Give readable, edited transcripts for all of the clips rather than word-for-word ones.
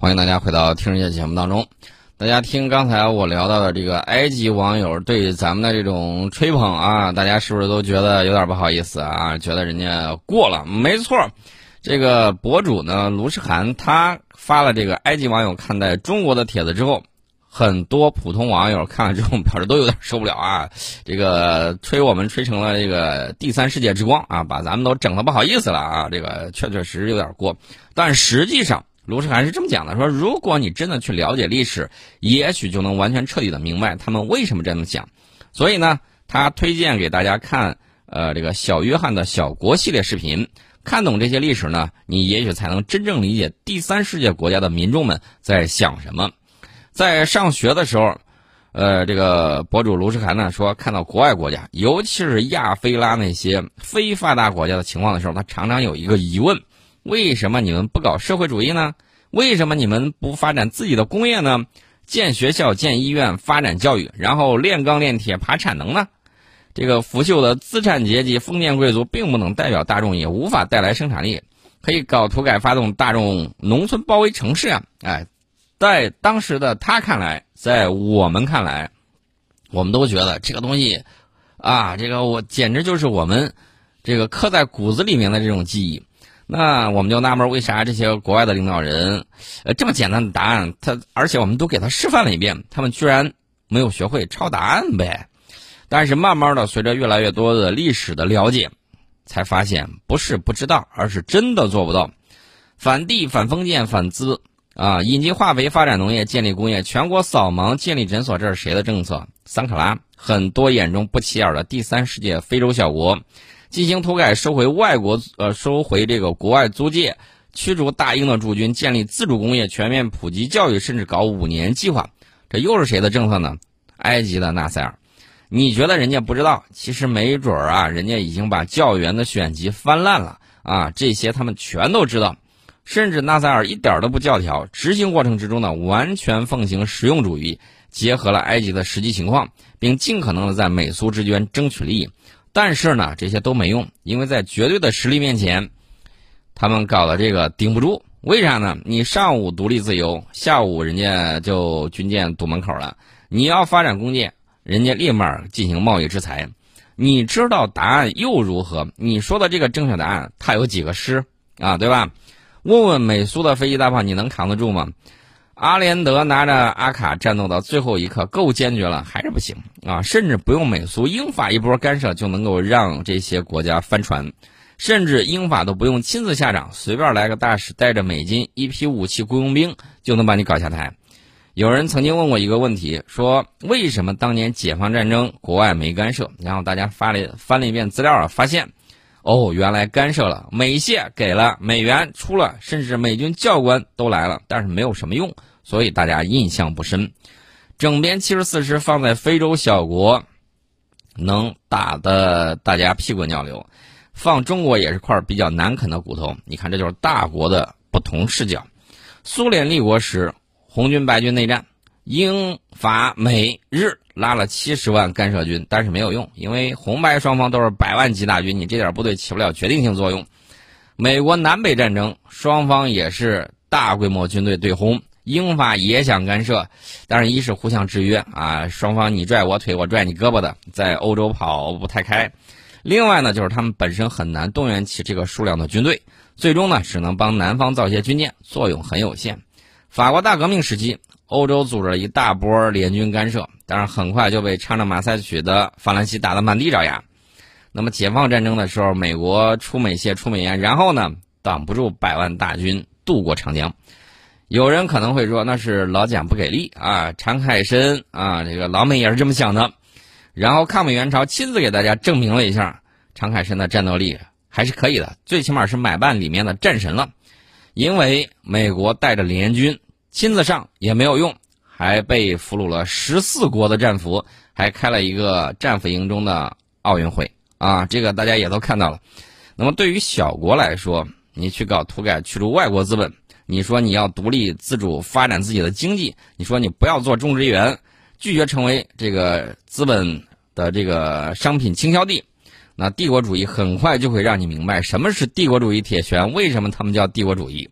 欢迎大家回到听世界节目当中。大家听刚才我聊到的这个埃及网友对咱们的这种吹捧啊，大家是不是都觉得有点不好意思啊？觉得人家过了？没错，这个博主呢，卢世涵他发了这个埃及网友看待中国的帖子之后，很多普通网友看了之后表示都有点受不了啊，这个吹我们吹成了这个第三世界之光啊，把咱们都整得不好意思了啊，这个确实有点过。但实际上卢世涵是这么讲的，说如果你真的去了解历史，也许就能完全彻底的明白他们为什么这么想。所以呢，他推荐给大家看这个小约翰的小国系列视频，看懂这些历史呢，你也许才能真正理解第三世界国家的民众们在想什么。在上学的时候，这个博主卢世涵呢说，看到国外国家，尤其是亚非拉那些非发达国家的情况的时候，他常常有一个疑问：为什么你们不搞社会主义呢？为什么你们不发展自己的工业呢？建学校、建医院、发展教育，然后炼钢炼铁、爬产能呢？这个腐朽的资产阶级、封建贵族并不能代表大众，也无法带来生产力。可以搞土改，发动大众农村包围城市啊！在当时的他看来，在我们看来，我们都觉得这个东西啊，这个我简直就是我们这个刻在骨子里面的这种记忆。那我们就纳闷，为啥这些国外的领导人这么简单的答案，而且我们都给他示范了一遍，他们居然没有学会抄答案呗？但是慢慢的，随着越来越多的历史的了解，才发现不是不知道，而是真的做不到。反帝、反封建、反资啊，引进化肥、发展农业、建立工业、全国扫盲、建立诊所，这是谁的政策？桑卡拉。很多眼中不起眼的第三世界非洲小国，进行土改，收回这个国外租界，驱逐大英的驻军，建立自主工业，全面普及教育，甚至搞5年计划。这又是谁的政策呢？埃及的纳赛尔。你觉得人家不知道？其实没准啊，人家已经把教员的选集翻烂了啊，这些他们全都知道。甚至纳赛尔一点都不教条，执行过程之中呢，完全奉行实用主义，结合了埃及的实际情况，并尽可能的在美苏之间争取利益。但是呢，这些都没用，因为在绝对的实力面前，他们搞的这个顶不住。为啥呢？你上午独立自由，下午人家就军舰堵门口了。你要发展工业，人家立马进行贸易制裁。你知道答案又如何？你说的这个正确答案，它有几个师啊？对吧？问问美苏的飞机大炮，你能扛得住吗？阿连德拿着阿卡战斗到最后一刻，够坚决了，还是不行啊！甚至不用美苏英法一波干涉，就能够让这些国家翻船，甚至英法都不用亲自下场，随便来个大使带着美金一批武器雇佣兵，就能把你搞下台。有人曾经问过一个问题，说为什么当年解放战争国外没干涉？然后大家翻了一遍资料，发现原来干涉了，美械给了，美元出了，甚至美军教官都来了，但是没有什么用，所以大家印象不深。整编74师放在非洲小国，能打得大家屁滚尿流，放中国也是块比较难啃的骨头。你看，这就是大国的不同视角。苏联立国时，红军白军内战，英法美日拉了70万干涉军，但是没有用，因为红白双方都是100万级大军，你这点部队起不了决定性作用。美国南北战争，双方也是大规模军队对轰，英法也想干涉，但是一是互相制约啊，双方你拽我腿，我拽你胳膊的，在欧洲跑不太开。另外呢，就是他们本身很难动员起这个数量的军队，最终呢，只能帮南方造些军舰，作用很有限。法国大革命时期，欧洲组织了一大波联军干涉，但是很快就被唱着马赛曲的法兰西打得满地找牙。那么解放战争的时候，美国出美械出美烟，然后呢，挡不住100万大军渡过长江。有人可能会说，那是老蒋不给力啊，常凯申啊，这个老美也是这么想的。然后抗美援朝亲自给大家证明了一下，常凯申的战斗力还是可以的，最起码是买办里面的战神了。因为美国带着联军亲自上也没有用，还被俘虏了14国的战俘，还开了一个战俘营中的奥运会啊，这个大家也都看到了。那么对于小国来说，你去搞土改驱逐外国资本，你说你要独立自主发展自己的经济，你说你不要做种植园，拒绝成为这个资本的这个商品倾销地，那帝国主义很快就会让你明白什么是帝国主义铁拳，为什么他们叫帝国主义。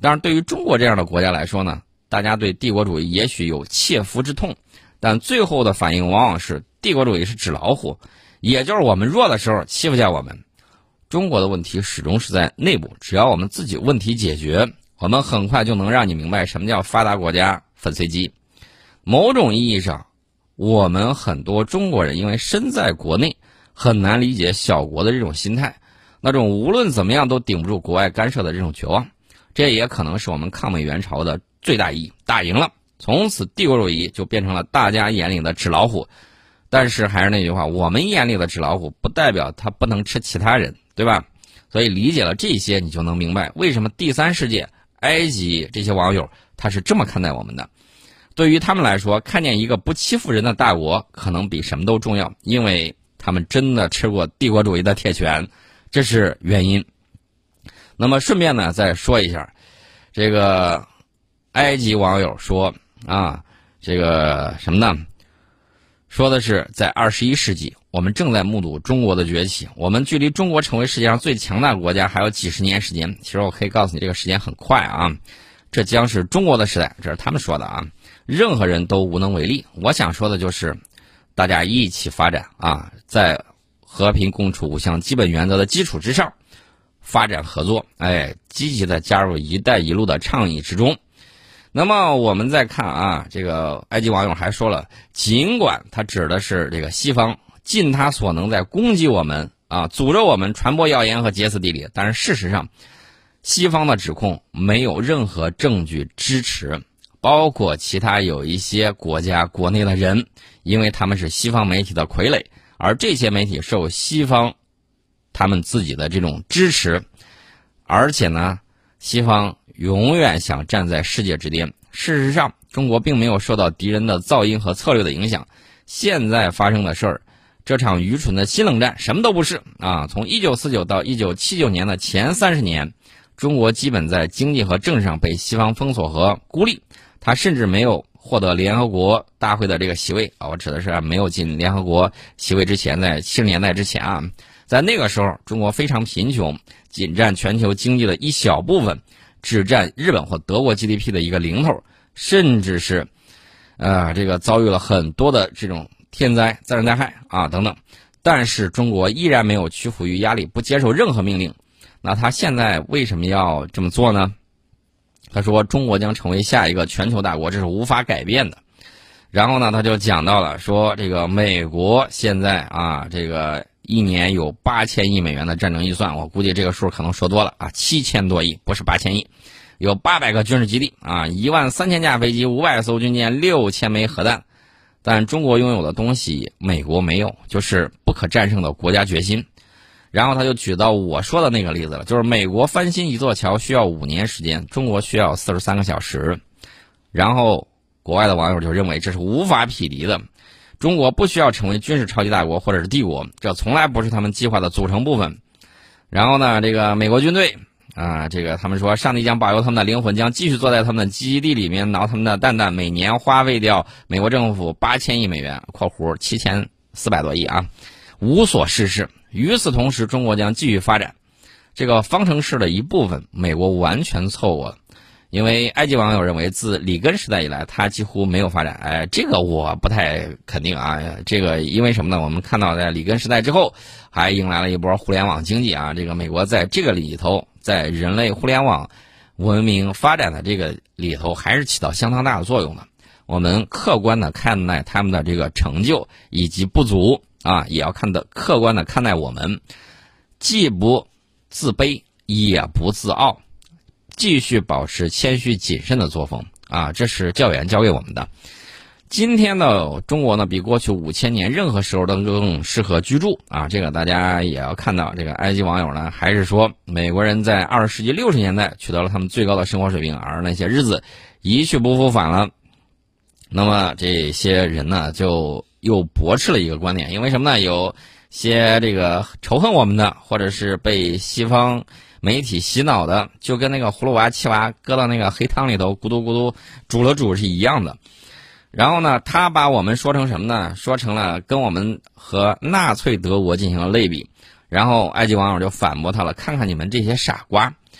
当然，对于中国这样的国家来说呢，大家对帝国主义也许有切肤之痛，但最后的反应往往是帝国主义是纸老虎，也就是我们弱的时候欺负下我们。中国的问题始终是在内部，只要我们自己问题解决，我们很快就能让你明白什么叫发达国家粉碎机。某种意义上，我们很多中国人因为身在国内，很难理解小国的这种心态，那种无论怎么样都顶不住国外干涉的这种绝望。这也可能是我们抗美援朝的最大意义，打赢了，从此帝国主义就变成了大家眼里的纸老虎。但是还是那句话，我们眼里的纸老虎不代表它不能吃其他人，对吧？所以理解了这些，你就能明白为什么第三世界埃及这些网友他是这么看待我们的。对于他们来说，看见一个不欺负人的大国可能比什么都重要，因为他们真的吃过帝国主义的铁拳，这是原因。那么顺便呢再说一下，这个埃及网友说这个什么呢，说的是在21世纪我们正在目睹中国的崛起，我们距离中国成为世界上最强大国家还有几十年时间。其实我可以告诉你，这个时间很快啊，这将是中国的时代，这是他们说的啊，任何人都无能为力。我想说的就是大家一起发展啊，在和平共处5项基本原则的基础之上发展合作，积极的加入一带一路的倡议之中。那么我们再看啊，这个埃及网友还说了，尽管他指的是这个西方尽他所能在攻击我们啊，诅咒我们，传播谣言和歇斯底里，但是事实上西方的指控没有任何证据支持，包括其他有一些国家国内的人，因为他们是西方媒体的傀儡，而这些媒体受西方他们自己的这种支持，而且呢，西方永远想站在世界之巅。事实上，中国并没有受到敌人的噪音和策略的影响。现在发生的事儿，这场愚蠢的新冷战什么都不是啊！从1949到1979年的前30年，中国基本在经济和政治上被西方封锁和孤立，他甚至没有获得联合国大会的这个席位啊！我指的是没有进联合国席位之前，在70年代之前啊，在那个时候，中国非常贫穷，仅占全球经济的一小部分，只占日本或德国 GDP 的一个零头，甚至是这个遭遇了很多的这种天灾、自然灾害啊等等。但是中国依然没有屈服于压力，不接受任何命令。那他现在为什么要这么做呢？他说中国将成为下一个全球大国，这是无法改变的。然后呢，他就讲到了说，这个美国现在这个一年有8000亿美元的战争预算，我估计这个数可能说多了啊，7000多亿，不是8000亿。有800个军事基地啊，13000架飞机，500艘军舰，6000枚核弹。但中国拥有的东西，美国没有，就是不可战胜的国家决心。然后他就举到我说的那个例子了，就是美国翻新一座桥需要5年时间，中国需要43个小时。然后国外的网友就认为这是无法匹敌的。中国不需要成为军事超级大国或者是帝国，这从来不是他们计划的组成部分。然后呢，这个美国军队这个他们说上帝将保佑他们的灵魂，将继续坐在他们的基地里面挠他们的蛋蛋，每年花费掉美国政府8000亿美元（括弧7400多亿啊），无所事事。与此同时，中国将继续发展这个方程式的一部分，美国完全错过了。因为埃及网友认为，自里根时代以来，他几乎没有发展。这个我不太肯定啊。这个因为什么呢？我们看到在里根时代之后，还迎来了一波互联网经济啊。这个美国在这个里头，在人类互联网文明发展的这个里头，还是起到相当大的作用的。我们客观的看待他们的这个成就以及不足也要客观的看待我们，既不自卑也不自傲。继续保持谦虚谨慎的作风这是教员教给我们的。今天的中国呢，比过去5000年任何时候都更适合居住这个大家也要看到。这个埃及网友呢，还是说美国人在20世纪60年代取得了他们最高的生活水平，而那些日子一去不复返了。那么这些人呢，就又驳斥了一个观点，因为什么呢？有些这个仇恨我们的，或者是被西方媒体洗脑的，就跟那个葫芦娃、气娃搁到那个黑汤里头咕嘟咕嘟煮了煮是一样的。然后呢，他把我们说成什么呢？说成了跟我们和纳粹德国进行了类比。然后埃及网友就反驳他了，看看你们这些傻瓜，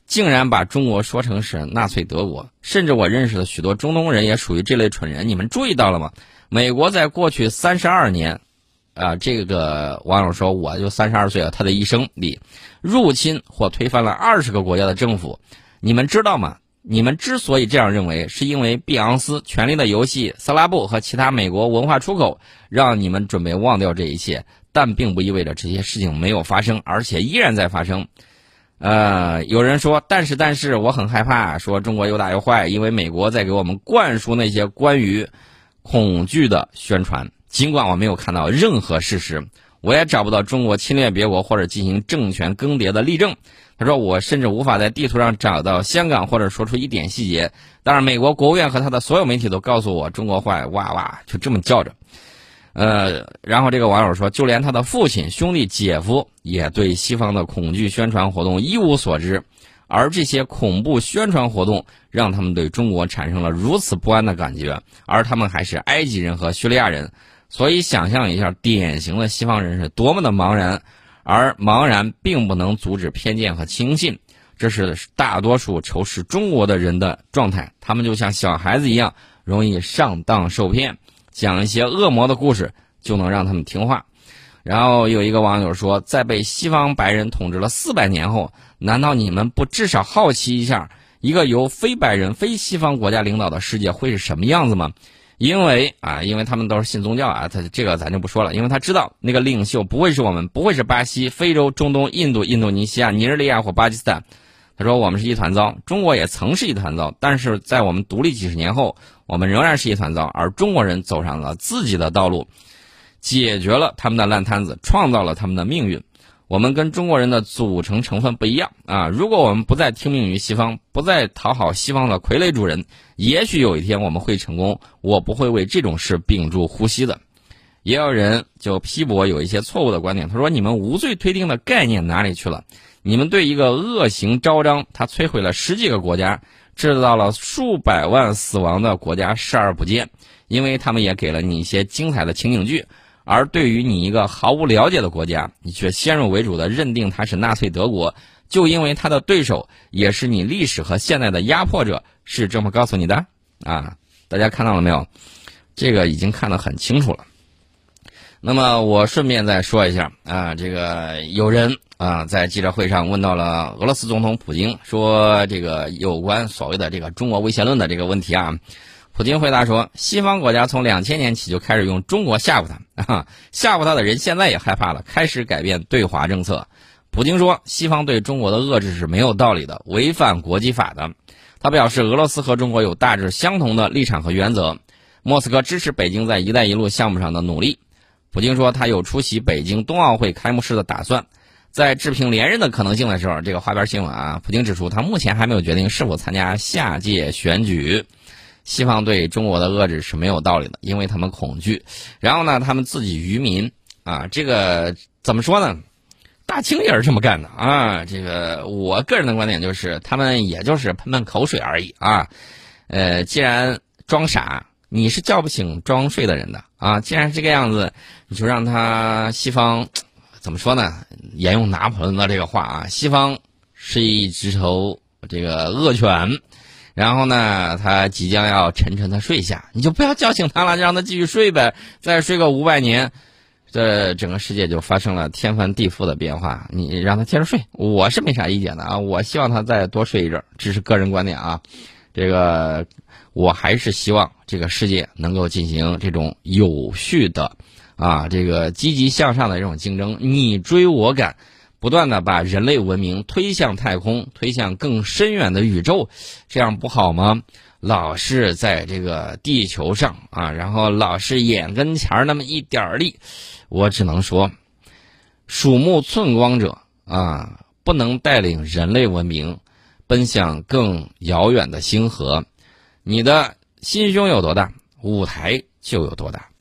竟然把中国说成是纳粹德国，甚至我认识的许多中东人也属于这类蠢人。你们注意到了吗？美国在过去32年，这个网友说我就32岁了，他的一生里入侵或推翻了20个国家的政府。你们知道吗？你们之所以这样认为，是因为碧昂斯、权力的游戏、斯拉布和其他美国文化出口让你们准备忘掉这一切，但并不意味着这些事情没有发生，而且依然在发生。有人说，但是我很害怕，说中国又大又坏，因为美国在给我们灌输那些关于恐惧的宣传。尽管我没有看到任何事实，我也找不到中国侵略别国或者进行政权更迭的例证。他说，我甚至无法在地图上找到香港，或者说出一点细节。当然，美国国务院和他的所有媒体都告诉我中国坏，哇哇，就这么叫着。然后这个网友说，就连他的父亲、兄弟、姐夫也对西方的恐惧宣传活动一无所知，而这些恐怖宣传活动让他们对中国产生了如此不安的感觉，而他们还是埃及人和叙利亚人。所以想象一下，典型的西方人是多么的茫然，而茫然并不能阻止偏见和轻信，这是大多数仇视中国的人的状态。他们就像小孩子一样，容易上当受骗，讲一些恶魔的故事就能让他们听话。然后有一个网友说，在被西方白人统治了400年后，难道你们不至少好奇一下，一个由非白人、非西方国家领导的世界会是什么样子吗？因为他们都是信宗教他这个咱就不说了，因为他知道那个领袖不会是我们，不会是巴西、非洲、中东、印度、印度尼西亚、尼日利亚或巴基斯坦。他说我们是一团糟，中国也曾是一团糟，但是在我们独立几十年后，我们仍然是一团糟，而中国人走上了自己的道路，解决了他们的烂摊子，创造了他们的命运。我们跟中国人的组成成分不一样如果我们不再听命于西方，不再讨好西方的傀儡主人，也许有一天我们会成功，我不会为这种事屏住呼吸的。也有人就批驳有一些错误的观点，他说你们无罪推定的概念哪里去了？你们对一个恶行昭彰，他摧毁了10几个国家，制造了数百万死亡的国家视而不见，因为他们也给了你一些精彩的情景剧。而对于你一个毫无了解的国家，你却先入为主的认定它是纳粹德国，就因为他的对手也是你历史和现代的压迫者，是这么告诉你的大家看到了没有？这个已经看得很清楚了。那么我顺便再说一下这个有人在记者会上问到了俄罗斯总统普京，说这个有关所谓的这个中国威胁论的这个问题普京回答说，西方国家从2000年起就开始用中国吓唬他吓唬他的人现在也害怕了，开始改变对华政策。普京说，西方对中国的遏制是没有道理的，违反国际法的。他表示，俄罗斯和中国有大致相同的立场和原则，莫斯科支持北京在一带一路项目上的努力。普京说，他有出席北京冬奥会开幕式的打算。在置评连任的可能性的时候，这个花边新闻普京指出，他目前还没有决定是否参加下届选举。西方对中国的遏制是没有道理的，因为他们恐惧。然后呢，他们自己渔民这个怎么说呢？大清也是这么干的这个我个人的观点就是，他们也就是喷喷口水而已既然装傻，你是叫不醒装睡的人的既然是这个样子，你就让他西方怎么说呢？沿用拿破仑的这个话西方是一只头这个恶犬。然后呢，他即将要沉沉的睡下，你就不要叫醒他了，让他继续睡呗，再睡个500年，这整个世界就发生了天翻地覆的变化。你让他接着睡，我是没啥意见的我希望他再多睡一阵，这是个人观点这个我还是希望这个世界能够进行这种有序的这个积极向上的这种竞争，你追我赶，不断的把人类文明推向太空，推向更深远的宇宙，这样不好吗？老是在这个地球上然后老是眼跟前那么一点力，我只能说，鼠目寸光者不能带领人类文明奔向更遥远的星河。你的心胸有多大，舞台就有多大。